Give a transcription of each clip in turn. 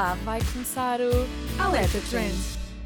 Olá, vai começar o Alerta Trend.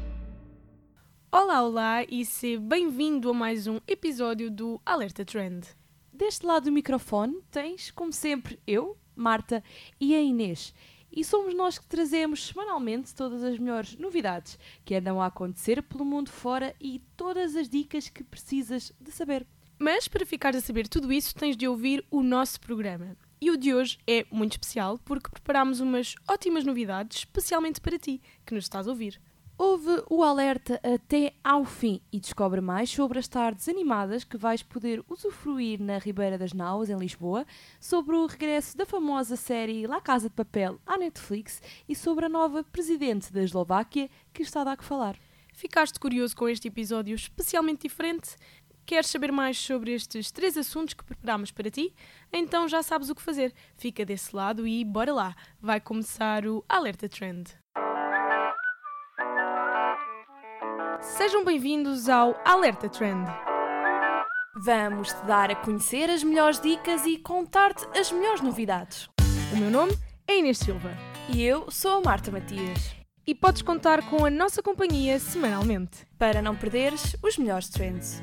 Olá e seja bem-vindo a mais um episódio do Alerta Trend. Deste lado do microfone tens, como sempre, eu, Marta e a Inês. E somos nós que trazemos semanalmente todas as melhores novidades que andam a acontecer pelo mundo fora e todas as dicas que precisas de saber. Mas para ficares a saber tudo isso, tens de ouvir o nosso programa. E o de hoje é muito especial porque preparámos umas ótimas novidades especialmente para ti, que nos estás a ouvir. Ouve o alerta até ao fim e descobre mais sobre as tardes animadas que vais poder usufruir na Ribeira das Naus, em Lisboa, sobre o regresso da famosa série La Casa de Papel à Netflix e sobre a nova presidente da Eslováquia que está a dar que falar. Ficaste curioso com este episódio especialmente diferente? Queres saber mais sobre estes 3 assuntos que preparámos para ti? Então já sabes o que fazer. Fica desse lado e bora lá. Vai começar o Alerta Trend. Sejam bem-vindos ao Alerta Trend. Vamos-te dar a conhecer as melhores dicas e contar-te as melhores novidades. O meu nome é Inês Silva. E eu sou a Marta Matias. E podes contar com a nossa companhia semanalmente. Para não perderes os melhores trends.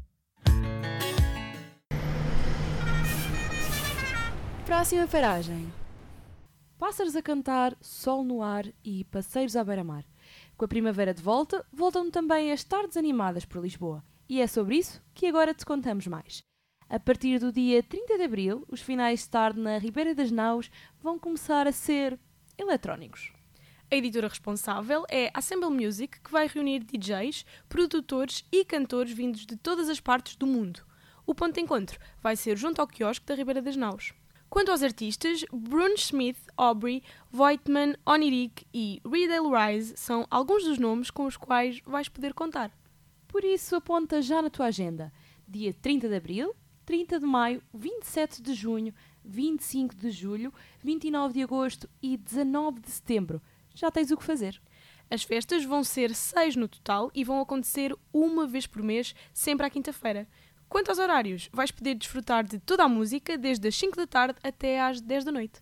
Próxima paragem. Pássaros a cantar, sol no ar e passeios à beira-mar. Com a primavera de volta, voltam também as tardes animadas por Lisboa. E é sobre isso que agora te contamos mais. A partir do dia 30 de abril, os finais de tarde na Ribeira das Naus vão começar a ser eletrónicos. A editora responsável é a Assemble Music, que vai reunir DJs, produtores e cantores vindos de todas as partes do mundo. O ponto de encontro vai ser junto ao quiosque da Ribeira das Naus. Quanto aos artistas, Bruno Smith, Aubrey, Voigtman, Onirik e Riedel Rise são alguns dos nomes com os quais vais poder contar. Por isso, aponta já na tua agenda. Dia 30 de abril, 30 de maio, 27 de junho, 25 de julho, 29 de agosto e 19 de setembro. Já tens o que fazer. As festas vão ser 6 no total e vão acontecer uma vez por mês, sempre à quinta-feira. Quanto aos horários, vais poder desfrutar de toda a música desde as 5 da tarde até às 10 da noite.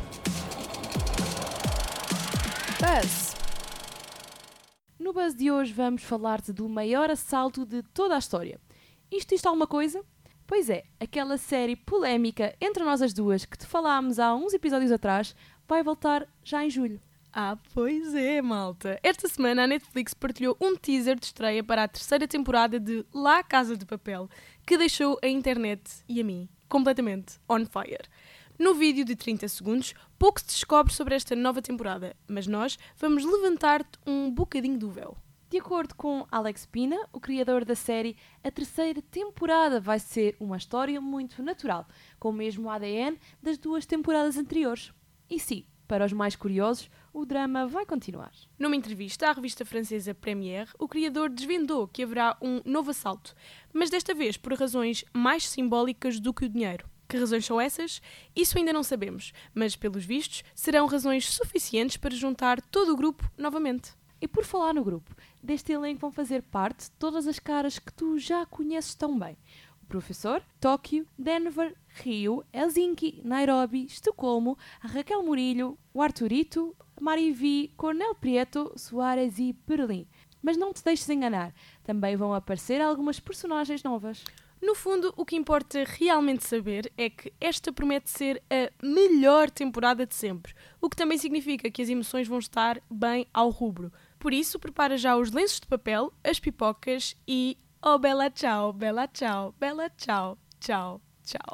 Buzz! No Buzz de hoje vamos falar-te do maior assalto de toda a história. Isto alguma coisa? Pois é, aquela série polémica entre nós as duas que te falámos há uns episódios atrás vai voltar já em julho. Pois é, malta. Esta semana a Netflix partilhou um teaser de estreia para a 3ª temporada de La Casa de Papel, que deixou a internet e a mim completamente on fire. No vídeo de 30 segundos, pouco se descobre sobre esta nova temporada, mas nós vamos levantar-te um bocadinho do véu. De acordo com Alex Pina, o criador da série, a 3ª temporada vai ser uma história muito natural, com o mesmo ADN das 2 temporadas anteriores. E sim, para os mais curiosos, o drama vai continuar. Numa entrevista à revista francesa Première, o criador desvendou que haverá um novo assalto, mas desta vez por razões mais simbólicas do que o dinheiro. Que razões são essas? Isso ainda não sabemos, mas pelos vistos serão razões suficientes para juntar todo o grupo novamente. E por falar no grupo, deste elenco vão fazer parte todas as caras que tu já conheces tão bem. O professor, Tóquio, Denver, Rio, Helsinki, Nairobi, Estocolmo, a Raquel Murilho, o Arturito, a Marivi, Cornel Prieto, Soares e Berlim. Mas não te deixes enganar, também vão aparecer algumas personagens novas. No fundo, o que importa realmente saber é que esta promete ser a melhor temporada de sempre, o que também significa que as emoções vão estar bem ao rubro. Por isso, prepara já os lenços de papel, as pipocas e... Oh, bela tchau, bela tchau, bela tchau, tchau, tchau.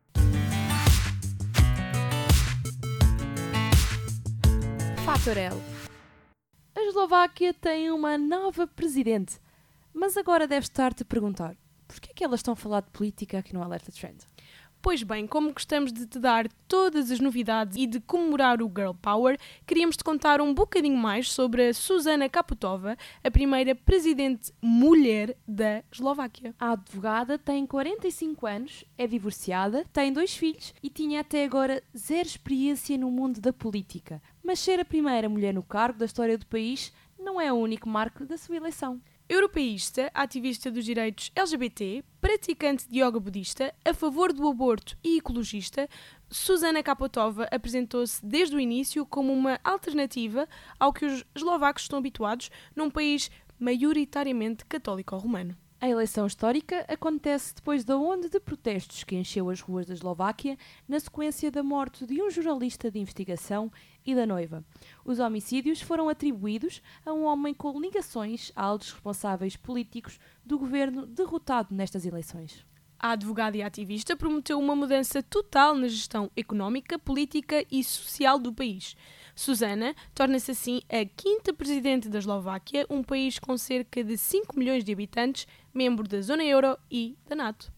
Fator L. A Eslováquia tem uma nova presidente, mas agora deves estar-te a perguntar porquê é que elas estão a falar de política aqui no Alerta Trend? Pois bem, como gostamos de te dar todas as novidades e de comemorar o Girl Power, queríamos te contar um bocadinho mais sobre a Zuzana Kaputova, a primeira presidente mulher da Eslováquia. A advogada tem 45 anos, é divorciada, tem 2 filhos e tinha até agora 0 experiência no mundo da política. Mas ser a primeira mulher no cargo da história do país não é o único marco da sua eleição. Europeísta, ativista dos direitos LGBT, praticante de yoga budista, a favor do aborto e ecologista, Zuzana Kapotova apresentou-se desde o início como uma alternativa ao que os eslovacos estão habituados num país maioritariamente católico-romano. A eleição histórica acontece depois da onda de protestos que encheu as ruas da Eslováquia na sequência da morte de um jornalista de investigação e da noiva. Os homicídios foram atribuídos a um homem com ligações a altos responsáveis políticos do governo derrotado nestas eleições. A advogada e ativista prometeu uma mudança total na gestão económica, política e social do país. Zuzana torna-se assim a quinta presidente da Eslováquia, um país com cerca de 5 milhões de habitantes, membro da zona euro e da NATO.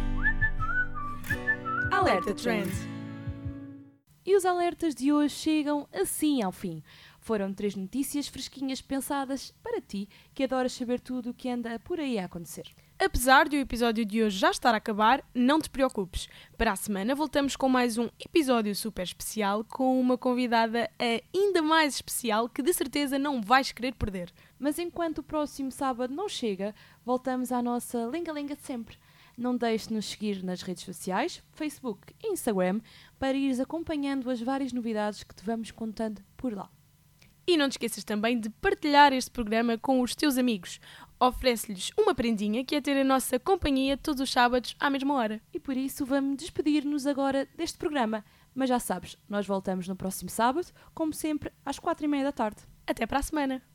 Alerta Trend. E os alertas de hoje chegam assim ao fim. Foram 3 notícias fresquinhas pensadas para ti, que adoras saber tudo o que anda por aí a acontecer. Apesar de o episódio de hoje já estar a acabar, não te preocupes. Para a semana voltamos com mais um episódio super especial com uma convidada ainda mais especial que de certeza não vais querer perder. Mas enquanto o próximo sábado não chega, voltamos à nossa lenga-lenga de sempre. Não deixes de nos seguir nas redes sociais, Facebook e Instagram, para ires acompanhando as várias novidades que te vamos contando por lá. E não te esqueças também de partilhar este programa com os teus amigos. Oferece-lhes uma prendinha que é ter a nossa companhia todos os sábados à mesma hora. E por isso vamos despedir-nos agora deste programa. Mas já sabes, nós voltamos no próximo sábado, como sempre, às 4:30 da tarde. Até para a semana!